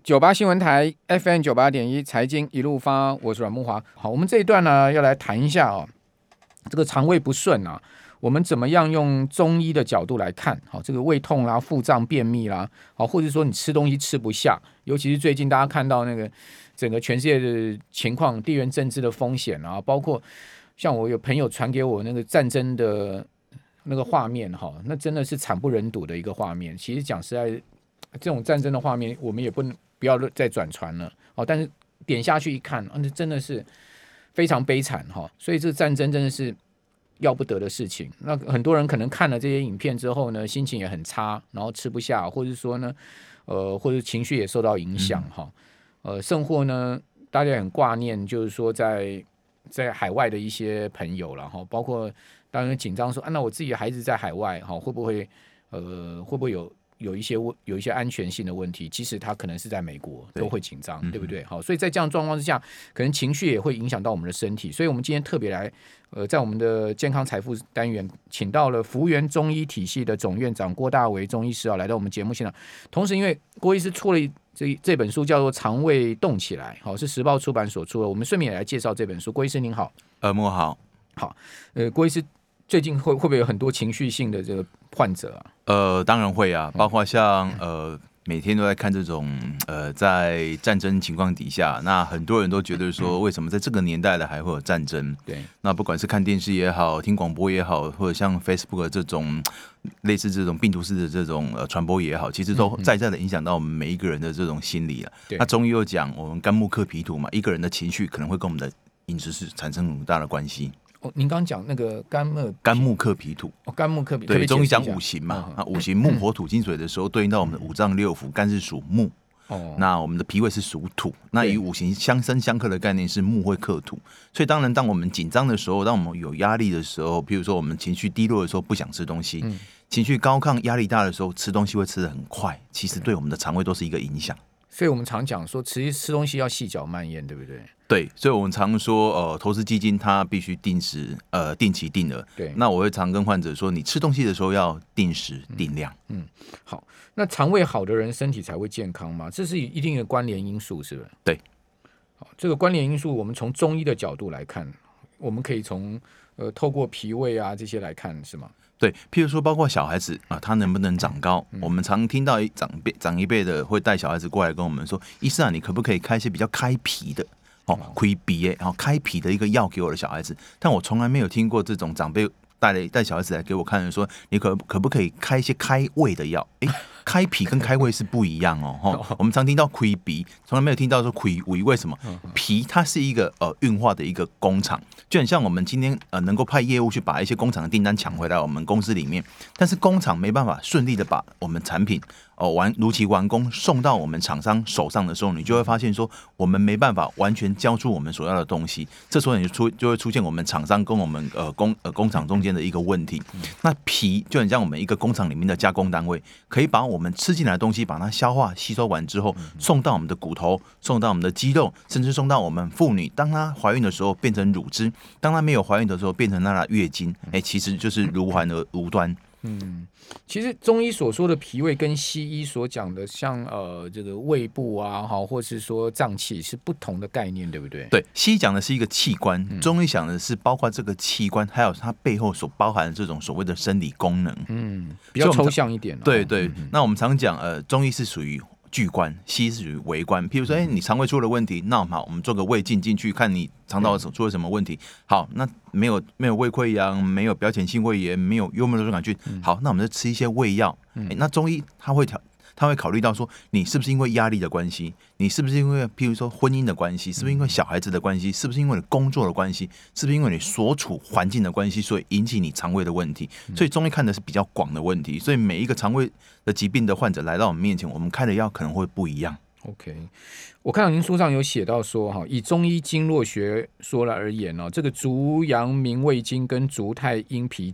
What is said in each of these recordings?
98新闻台 FM 98.1财经一路发，我是阮慕骅。好，我们这一段呢要来谈一下这个肠胃不顺啊，我们怎么样用中医的角度来看？好，这个胃痛啦、腹胀、便秘啦，好，或者说你吃东西吃不下，尤其是最近大家看到那个整个全世界的情况，地缘政治的风险啊，包括像我有朋友传给我那个战争的那个画面哈，那真的是惨不忍睹的一个画面。其实讲实在，这种战争的画面，我们也不要再转传了但是点下去一看，那真的是非常悲惨所以这个战争真的是要不得的事情。那很多人可能看了这些影片之后呢，心情也很差，然后吃不下，或者说呢，或者情绪也受到影响甚或呢，大家也很挂念，就是说在海外的一些朋友了包括当然紧张说那我自己的孩子在海外会不会有一些安全性的问题，即使他可能是在美国都会紧张，对不对？好，所以在这样状况之下，可能情绪也会影响到我们的身体。所以我们今天特别来在我们的健康财富单元请到了福源中医体系的总院长郭大为中医师来到我们节目现场。同时因为郭医师出了这本书叫做《肠胃动起来》，是时报出版所出的，我们顺便也来介绍这本书。郭医师您好。 慕好。 好，郭医师最近会不会有很多情绪性的这个患者当然会啊，包括像每天都在看这种在战争情况底下，那很多人都觉得说，为什么在这个年代的还会有战争？ 对， 那不管是看电视也好，听广播也好，或者像 Facebook 这种类似这种病毒式的这种传播也好，其实都在的影响到我们每一个人的这种心理那中医又讲，我们肝木克脾土嘛，一个人的情绪可能会跟我们的饮食是产生很大的关系。 您刚讲那个肝木克脾土， 肝木克脾土， 对，中医讲五行嘛，五行木火土金水的时候，对应到我们的五脏六腑，肝是属木，那我们的脾胃是属土，那以五行相生相克的概念是木会克土，所以当然当我们紧张的时候，当我们有压力的时候，比如说我们情绪低落的时候不想吃东西，情绪高亢压力大的时候吃东西会吃得很快，其实对我们的肠胃都是一个影响。 所以我们常讲说吃东西要细嚼慢咽，对不对？ 对，所以我们常说投资基金它必须定时定期定额。 对， 那我会常跟患者说，你吃东西的时候要定时定量。 好，那肠胃好的人身体才会健康吗？这是一定的关联因素，是不是？ 对， 好，这个关联因素我们从中医的角度来看，我们可以从透过脾胃啊这些来看，是吗？ 对，譬如说包括小孩子他能不能长高，我们常听到长一辈的会带小孩子过来跟我们说，医生你可不可以开一些比较开脾的开脾然后开脾的一个药给我的小孩子，但我从来没有听过这种长辈带小孩子来给我看的说，你可不可以开一些开胃的药？开脾跟开胃是不一样我们常听到开脾，从来没有听到说开胃。为什么？脾它是一个运化的一个工厂，就很像我们今天能够派业务去把一些工厂的订单抢回来我们公司里面，但是工厂没办法顺利的把我们产品如期完工送到我们厂商手上的时候，你就会发现说我们没办法完全交出我们所要的东西，这时候你就会出现我们厂商跟我们工厂中间的一个问题。那脾就很像我们一个工厂里面的加工单位，可以把我们吃进来的东西把它消化吸收完之后，送到我们的骨头，送到我们的肌肉，甚至送到我们妇女当她怀孕的时候变成乳汁，当她没有怀孕的时候变成她的月经，其实就是如环而无端。 其实中医所说的脾胃跟西医所讲的像这个胃部啊或是说脏器是不同的概念，对不对？ 对，西医讲的是一个器官，中医讲的是包括这个器官还有它背后所包含的这种所谓的生理功能， 比较抽象一点对对，那我们常讲中医是属于巨观，西医是属于微观。譬如说你肠胃出了问题，那好，我们做个胃镜进去看你肠道出了什么问题。好，那没有胃溃疡，没有表浅性胃炎，没有幽门螺旋杆菌，好，那我们就吃一些胃药。那中医它会考虑到说，你是不是因为压力的关系，你是不是因为譬如说婚姻的关系，是不是因为小孩子的关系，是不是因为你工作的关系，是不是因为你所处环境的关系，所以引起你肠胃的问题。所以中医看的是比较广的问题，所以每一个肠胃的疾病的患者来到我们面前，我们开的药可能会不一样。 OK， 我看到您书上有写到说以中医经络学说而言这个足阳明胃经跟足太阴脾经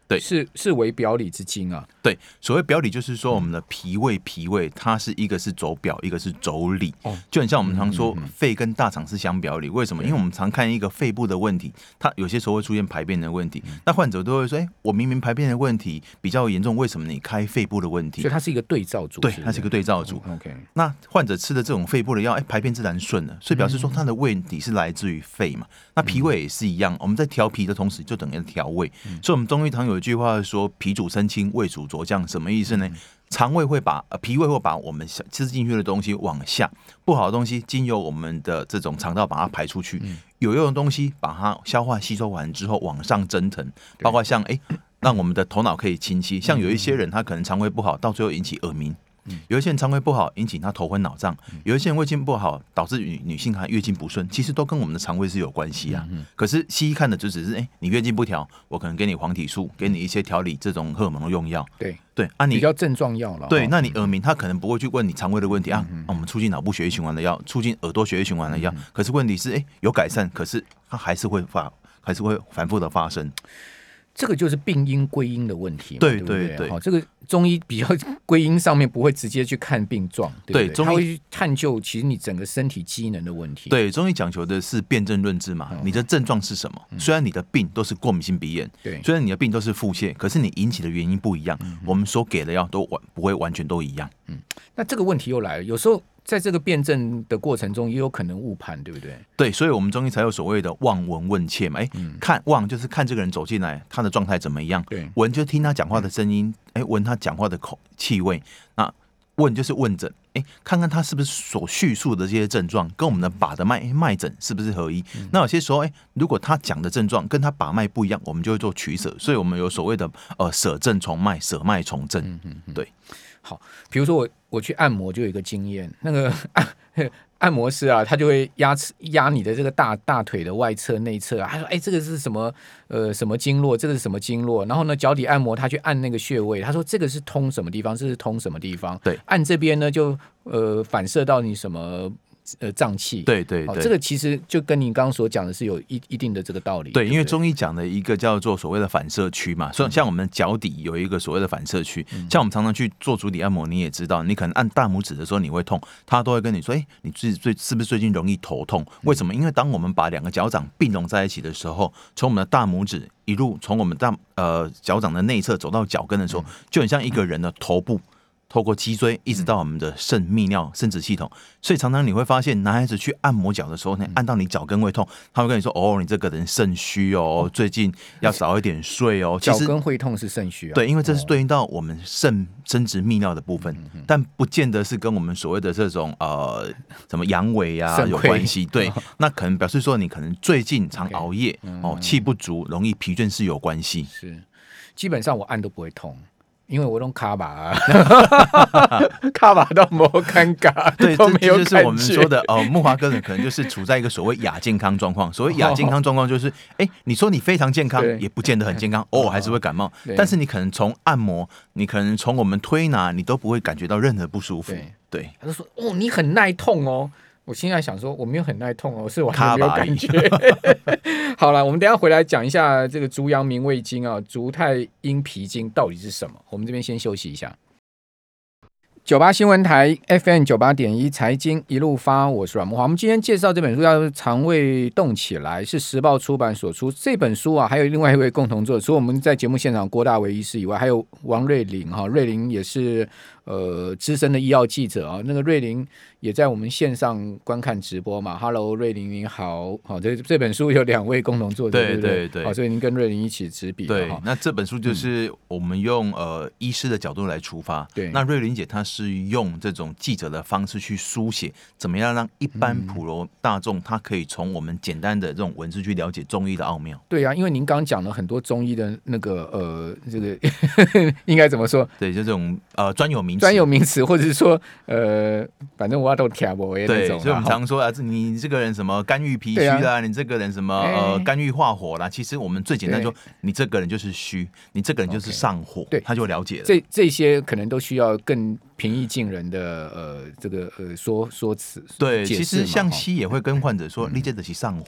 对， 是为表里之经啊。 对，所谓表里就是说我们的脾胃，它是一个是走表，一个是走里。就很像我们常说肺跟大肠是相表里，为什么？因为我们常看一个肺部的问题，它有些时候会出现排便的问题，那患者都会说，我明明排便的问题比较严重，为什么你开肺部的问题？ 所以它是一个对照组， 对，它是一个对照组。 OK， 那患者吃的这种肺部的药，排便自然顺了，所以表示说他的问题是来自于肺嘛。那脾胃也是一样，我们在调脾的同时，就等于调胃。所以我们中医常有一句话说，脾主升清，胃主浊降，什么意思呢？肠胃会把脾胃会把我们吃进去的东西往下，不好的东西经由我们的这种肠道把它排出去，有用的东西把它消化吸收完之后往上蒸腾，包括像让我们的头脑可以清晰。像有一些人他可能肠胃不好，到最后引起耳鸣。有一些人肠胃不好，引起他头昏脑胀；有一些人胃镜不好，导致女性她月经不顺，其实都跟我们的肠胃是有关系啊。可是西医看的就只是，你月经不调，我可能给你黄体素，给你一些调理这种荷尔蒙的用药。对啊，你比较症状药了。 对，那你耳鸣，他可能不会去问你肠胃的问题啊。我们促进脑部血液循环的药，促进耳朵血液循环的药，可是问题是，有改善，可是它还是会反复的发生。 这个就是病因归因的问题嘛， 对不对？ 对， 这个中医比较归因上面不会直接去看病状，对不对？ 中医他会去探究其实你整个身体机能的问题。 对，中医讲求的是辨证论治嘛，你的症状是什么？虽然你的病都是过敏性鼻炎， 对， 虽然你的病都是腹泻，可是你引起的原因不一样，我们所给的药都不会完全都一样。 那这个问题又来了，有时候在这个辩证的过程中，也有可能误判，对不对？ 对，所以我们中医才有所谓的望闻问切嘛。看望就是看这个人走进来，他的状态怎么样；闻就听他讲话的声音，闻他讲话的气味。那问就是问诊，看看他是不是所叙述的这些症状跟我们的把的脉诊是不是合一。那有些时候，如果他讲的症状跟他把脉不一样，我们就会做取舍。所以我们有所谓的舍症从脉，舍脉从症。对。 好，比如说我去按摩就有一个经验，那个按摩师啊，他就会压你的这个大腿的外侧内侧啊，他说这个是什么什么经络，这个是什么经络，然后呢脚底按摩他去按那个穴位，他说这个是通什么地方，这是通什么地方， 对， 按这边呢就反射到你什么脏器， 对， 这个其实就跟你刚刚所讲的是有一定的这个道理。 对，因为中医讲的一个叫做所谓的反射区嘛，所以像我们脚底有一个所谓的反射区，像我们常常去做足底按摩，你也知道，你可能按大拇指的时候你会痛，他都会跟你说，你是不是最近容易头痛？为什么？因为当我们把两个脚掌并拢在一起的时候，从我们的大拇指一路从我们脚掌的内侧走到脚跟的时候，就很像一个人的头部。透过脊椎一直到我们的肾、泌尿、生殖系统，所以常常你会发现，男孩子去按摩脚的时候，按到你脚跟会痛，他会跟你说：“你这个人肾虚哦，最近要早一点睡哦。” 脚跟会痛是肾虚啊？ 对，因为这是对应到我们肾、生殖、泌尿的部分，但不见得是跟我们所谓的这种什么阳痿啊有关系。对，那可能表示说你可能最近常熬夜气不足，容易疲倦是有关系。 是，基本上我按都不会痛。因为我用卡把，卡把都没尴尬， 对， 都没有这就是我们说的木华哥呢，可能就是处在一个所谓亚健康状况。所谓亚健康状况，就是你说你非常健康，也不见得很健康，偶尔还是会感冒。但是你可能从按摩，你可能从我们推拿，你都不会感觉到任何不舒服。对， 他就说你很耐痛哦。我现在想说，我没有很耐痛哦，是我还没有感觉。好了，我们等一下回来讲一下这个足阳明胃经啊，足太阴脾经到底是什么？我们这边先休息一下。98新闻台 FM 98.1财经一路发，我是阮慕骅。我们今天介绍这本书叫《肠胃动起来》，是时报出版所出。这本书啊，还有另外一位共同作者，除了我们在节目现场郭大为医师以外，还有王瑞麟哈，瑞麟也是资深的医药记者啊。那个瑞麟也在我们线上观看直播嘛。Hello， 瑞麟您好，好，这本书有2位共同作者，对，好，所以您跟瑞麟一起执笔。 对，那这本书就是我们用医师的角度来出发。对，那瑞麟姐她是用这种记者的方式去书写，怎么样让一般普罗大众他可以从我们简单的这种文字去了解中医的奥妙。 对啊，因为您刚讲了很多中医的那个这个应该怎么说？ 对，就这种专有名词，或者是说反正我都听不懂那种。 对，所以我们常说你这个人什么肝郁脾虚啦，你这个人什么肝郁化火啦，其实我们最简单说，你这个人就是虚，你这个人就是上火，对，他就了解了。 这些可能都需要更平易近人的这个说辞。 对，其实像西也会跟患者说，你这就是上火。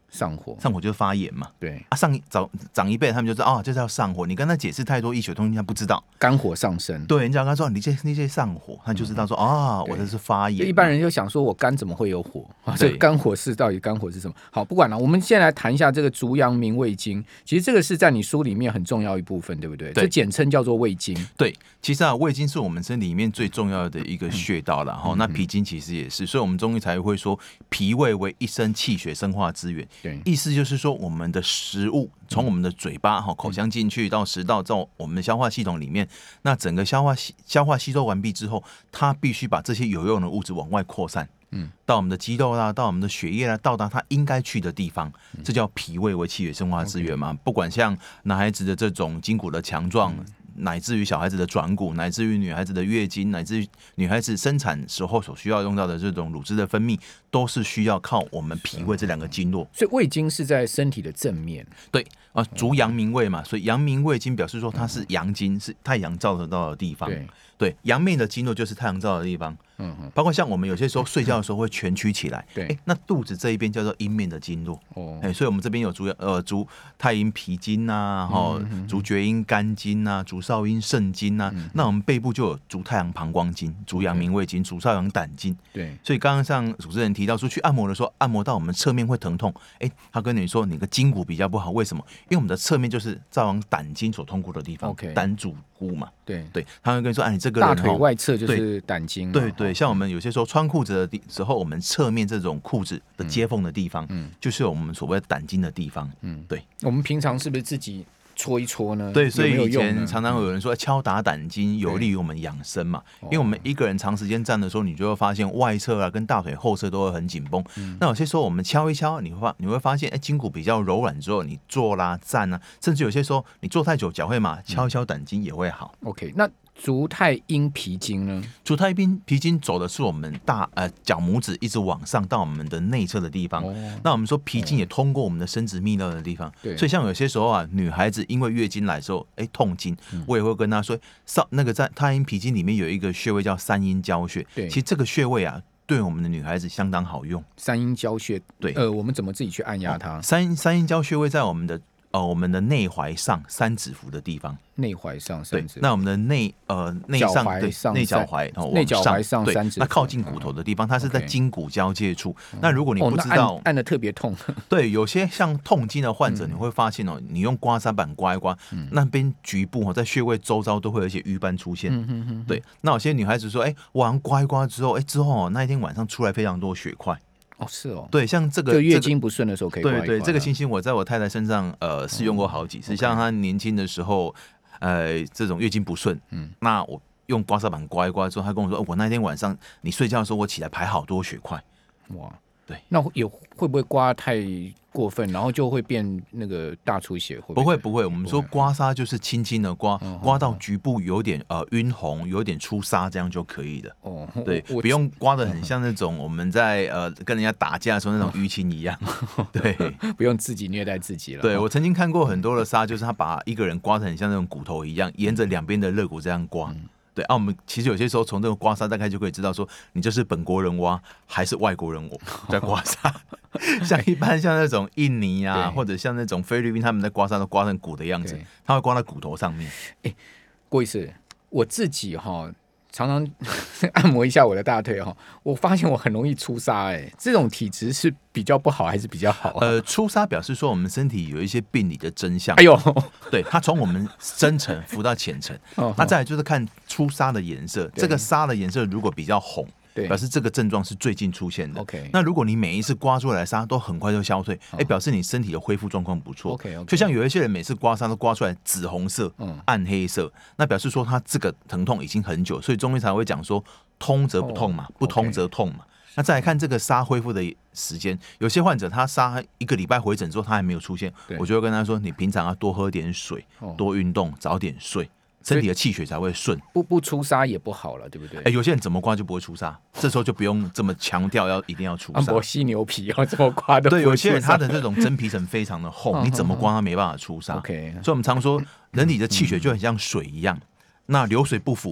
上火， 上火就是发炎嘛。 对啊，长一辈他们就知道啊，就是要上火。你跟他解释太多医学东西，他不知道。 肝火上升， 对，你只要跟他说你这上火，他就知道说啊，我这是发炎。 一般人就想说我肝怎么会有火？这肝火到底肝火是什么？好，不管了，我们先来谈一下这个足阳明胃经。其实这个是在你书里面很重要一部分，对不对？这简称叫做胃经。 对，其实胃经是我们身体里面最重要的一个穴道啦。那脾经其实也是，所以我们中医才会说脾胃为一身气血生化之源。 对， 意思就是说我们的食物从我们的嘴巴口腔进去到食道到我们的消化系统里面，那整个消化吸收完毕之后，它必须把这些有用的物质往外扩散。到我们的肌肉啦，到我们的血液啦，到达它应该去的地方，这叫脾胃为气血生化之源嘛。不管像男孩子的这种筋骨的强壮，乃至于小孩子的转骨，乃至于女孩子的月经，乃至于女孩子生产时候所需要用到的这种乳汁的分泌，都是需要靠我们脾胃这两个经络。 所以胃经是在身体的正面。 对啊，足阳明胃嘛，所以阳明胃经表示说它是阳经，是太阳照得到的地方。对，阳面的经络就是太阳照的地方。包括像我们有些时候睡觉的时候会蜷曲起来，对，那肚子这一边叫做阴面的经络。所以我们这边有足太阴脾经啊，足厥阴肝经啊，足少阴肾经啊。那我们背部就有足太阳膀胱经、足阳明胃经、足少阳胆经。对，所以刚刚像主持人提到说，去按摩的时候，按摩到我们侧面会疼痛，他跟你说你的筋骨比较不好，为什么？因为我们的侧面就是少阳胆经所通过的地方，胆主骨嘛。对，他会跟你说，你这个人大腿外侧就是胆经。 对，像我们有些时候穿裤子的时候，我们侧面这种裤子的接缝的地方，就是我们所谓的胆经的地方。对， 我们平常是不是自己搓一搓呢？ 对，所以以前常常有人说敲打胆经有利于我们养生嘛，因为我们一个人长时间站的时候，你就会发现外侧啊跟大腿后侧都会很紧绷。那有些时候我们敲一敲，你会发现，筋骨比较柔软之后，你坐啦站啊，甚至有些时候你坐太久脚会麻，敲一敲胆经也会好。 OK， 那足太阴脾经呢？ 足太阴脾经走的是我们脚拇指一直往上到我们的内侧的地方。那我们说脾经也通过我们的生殖泌尿的地方。所以像有些时候啊，女孩子因为月经来的时候，痛经，我也会跟她说，那个在太阴脾经里面有一个穴位叫三阴交穴。其实这个穴位啊，对我们的女孩子相当好用。 三阴交穴，对，我们怎么自己去按压它？ 三阴交穴位在我们的内踝上三指腹的地方。 内踝上三指， 那我们的内上内脚踝上三指，那靠近骨头的地方，它是在筋骨交界处。那如果你不知道， 按的特别痛。 对，有些像痛经的患者，你会发现你用刮痧板刮一刮，那边局部在穴位周遭都会有一些瘀斑出现。对，那有些女孩子说，我好像刮一刮之后那一天晚上出来非常多血块。 是哦， 对，像这个月经不顺的时候可以刮一刮。 对，这个情形我在我太太身上试用过好几次。像她年轻的时候，这种月经不顺，那我用刮痧板刮一刮之后，她跟我说，我那天晚上你睡觉的时候，我起来排好多血块。 哇， 对， 那会不会刮太过分，然后就会变那个大出血？ 不会，我们说刮痧就是轻轻的刮，刮到局部有点晕红，有点出痧，这样就可以了。对，不用刮得很像那种我们在跟人家打架的时候那种淤青一样。对， 不用自己虐待自己了。 对，我曾经看过很多的痧，就是他把一个人刮得很像那种骨头一样，沿着两边的肋骨这样刮。对我们其实有些时候从这个刮痧大概就可以知道说，你这是本国人挖还是外国人在刮痧。像一般像那种印尼啊，或者像那种菲律宾，他们在刮痧都刮成骨的样子，他会刮到骨头上面。 郭医师，我自己常常按摩一下我的大腿我发现我很容易出痧。这种体质是比较不好还是比较好？ 出痧表示说我们身体有一些病理的真相。对，它从我们深层浮到浅层。那再来就是看出痧的颜色，这个痧的颜色如果比较红，表示这个症状是最近出现的。那如果你每一次刮出来的痧都很快就消退，表示你身体的恢复状况不错。就像有一些人每次刮痧都刮出来紫红色、暗黑色，那表示说他这个疼痛已经很久，所以中医才会讲说通则不痛嘛，不通则痛嘛。那再来看这个痧恢复的时间，有些患者他痧1个礼拜回诊之后他还没有出现，我就会跟他说，你平常要多喝点水，多运动，早点睡，身体的气血才会顺。 不出痧也不好了，对不对？ 有些人怎么刮就不会出痧，这时候就不用这么强调一定要出痧。 按摩犀牛皮怎么刮都不会出痧。 对，有些人他的这种真皮层非常的厚，你怎么刮他没办法出痧。所以我们常说人体的气血就很像水一样，那流水不腐嘛。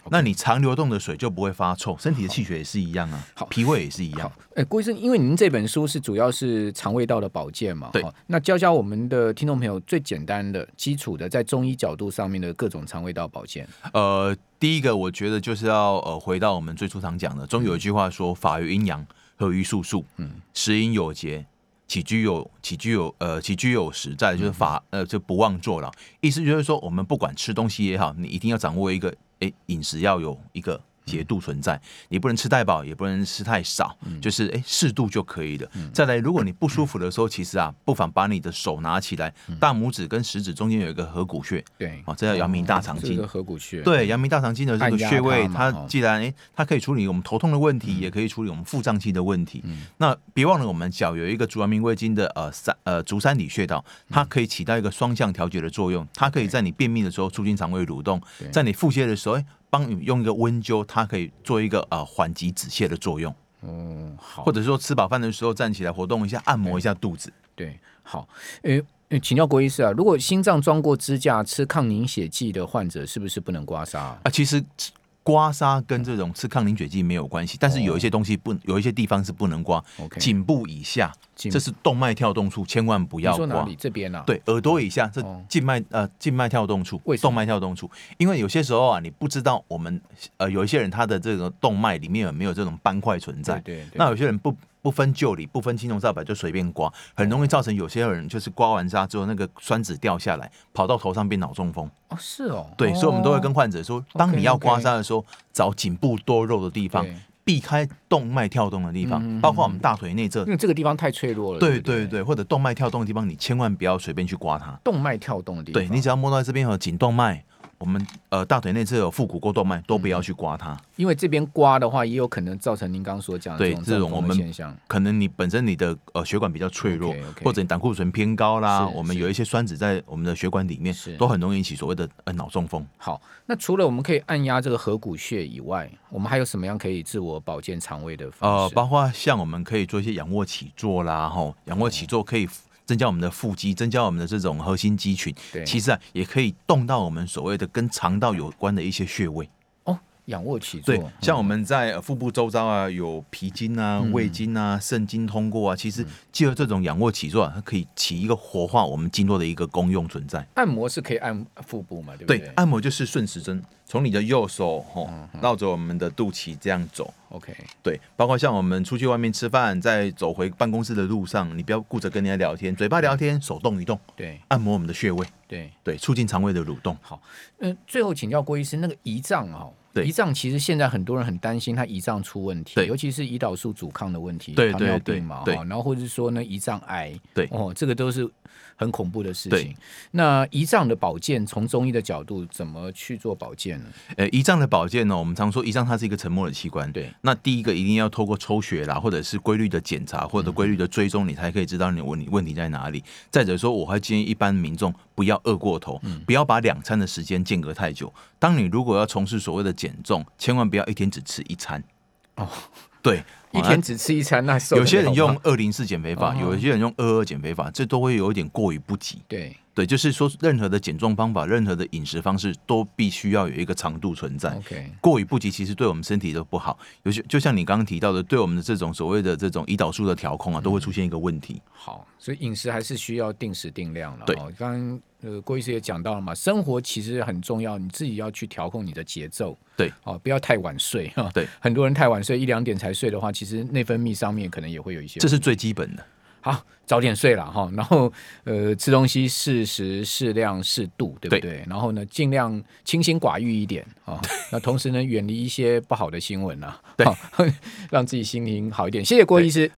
那你常流动的水就不会发臭，身体的气血也是一样啊，脾胃也是一样。 郭医生，因为您这本书是主要是肠胃道的保健嘛， 对， 那教我们的听众朋友最简单的、基础的，在中医角度上面的各种肠胃道保健。 第一个我觉得就是要回到我们最初常讲的，中有一句话说：法于阴阳，合于术数，食饮有节。起居有时，再来就是就不忘坐牢。意思就是说，我们不管吃东西也好，你一定要掌握一个饮食要有一个节度存在，你不能吃太饱，也不能吃太少，就是适度就可以了。再来，如果你不舒服的时候，其实不妨把你的手拿起来，大拇指跟食指中间有一个合谷穴， 对， 这叫阳明大肠经。 这个合谷穴， 对，阳明大肠经的这个穴位，它既然它可以处理我们头痛的问题，也可以处理我们腹胀气的问题。那别忘了，我们脚有一个足阳明胃经的足三里穴道，它可以起到一个双向调节的作用，它可以在你便秘的时候促进肠胃蠕动，在你腹泻的时候，帮你用一个温灸，它可以做一个缓急止泻的作用。好，或者说吃饱饭的时候站起来活动一下，按摩一下肚子。 对，好，请教郭医师啊，如果心脏装过支架、吃抗凝血剂的患者，是不是不能刮痧啊？ 其实刮痧跟这种吃抗凝血剂没有关系，但是有一些东西有一些地方是不能刮。颈部以下，这是动脉跳动处，千万不要刮。 你说哪里？这边啊？ 对，耳朵以下，这静脉跳动处，动脉跳动处。因为有些时候你不知道我们有一些人他的这个动脉里面有没有这种斑块存在。 对， 那有些人不分旧里，不分青红皂白就随便刮，很容易造成有些人就是刮完痧之后，那个栓子掉下来，跑到头上变脑中风。 是哦。 对，所以我们都会跟患者说，当你要刮痧的时候，找颈部多肉的地方，避开动脉跳动的地方，包括我们大腿内侧， 因为这个地方太脆弱了。 对，或者动脉跳动的地方，你千万不要随便去刮它。 动脉跳动的地方， 对，你只要摸到这边有颈动脉。我们大腿内侧有腹股沟动脉，都不要去刮它， 因为这边刮的话，也有可能造成您刚刚所讲的这种我们现象。可能你本身你的血管比较脆弱，或者你胆固醇偏高啦，我们有一些栓子在我们的血管里面，都很容易引起所谓的脑中风。 好，那除了我们可以按压这个合谷穴以外，我们还有什么样可以自我保健肠胃的方式？ 包括像我们可以做一些仰卧起坐啦，仰卧起坐可以增加我们的腹肌，增加我们的这种核心肌群。其实也可以动到我们所谓的跟肠道有关的一些穴位。 仰卧起坐， 对，像我们在腹部周遭有脾经啊、胃经啊、肾经通过啊，其实借由这种仰卧起坐它可以起一个活化我们经络的一个功用存在。 按摩是可以按腹部嘛，对不对？ 对，按摩就是顺时针，从你的右手绕着我们的肚脐这样走。 OK， 对，包括像我们出去外面吃饭，在走回办公室的路上，你不要顾着跟人家聊天，嘴巴聊天，手动一动， 对， 按摩我们的穴位，对，促进肠胃的蠕动。 好，最后请教郭医师，那个胰脏胰脏其实现在很多人很担心它胰脏出问题，尤其是胰岛素阻抗的问题，糖尿病嘛，然后或者是说呢胰脏癌，这个都是很恐怖的事情。那胰脏的保健，从中医的角度怎么去做保健呢？ 胰脏的保健呢，我们常说胰脏它是一个沉默的器官，对。那第一个一定要透过抽血啦，或者是规律的检查，或者规律的追踪，你才可以知道你问题在哪里。再者说，我会建议一般民众不要饿过头，不要把2餐的时间间隔太久。当你如果要从事所谓的减重，千万不要一天只吃1餐。对， 一天只吃1餐，那有些人用204减肥法，有些人用22减肥法，这都会有一点过于不及。对，就是说，任何的减重方法，任何的饮食方式，都必须要有一个长度存在。过于不及，其实对我们身体都不好。有些就像你刚刚提到的，对我们的这种所谓的这种胰岛素的调控啊，都会出现一个问题。 好，所以饮食还是需要定时定量了。对，刚刚郭医师也讲到了嘛，生活其实很重要，你自己要去调控你的节奏。 对， 不要太晚睡。 对， 很多人太晚睡，1-2点才睡的话，其实内分泌上面可能也会有一些问题。 这是最基本的。 好，早点睡了然后吃东西适时、适量、适度，对不对？然后呢，尽量清心寡欲一点那同时呢，远离一些不好的新闻让自己心情好一点。谢谢郭医师。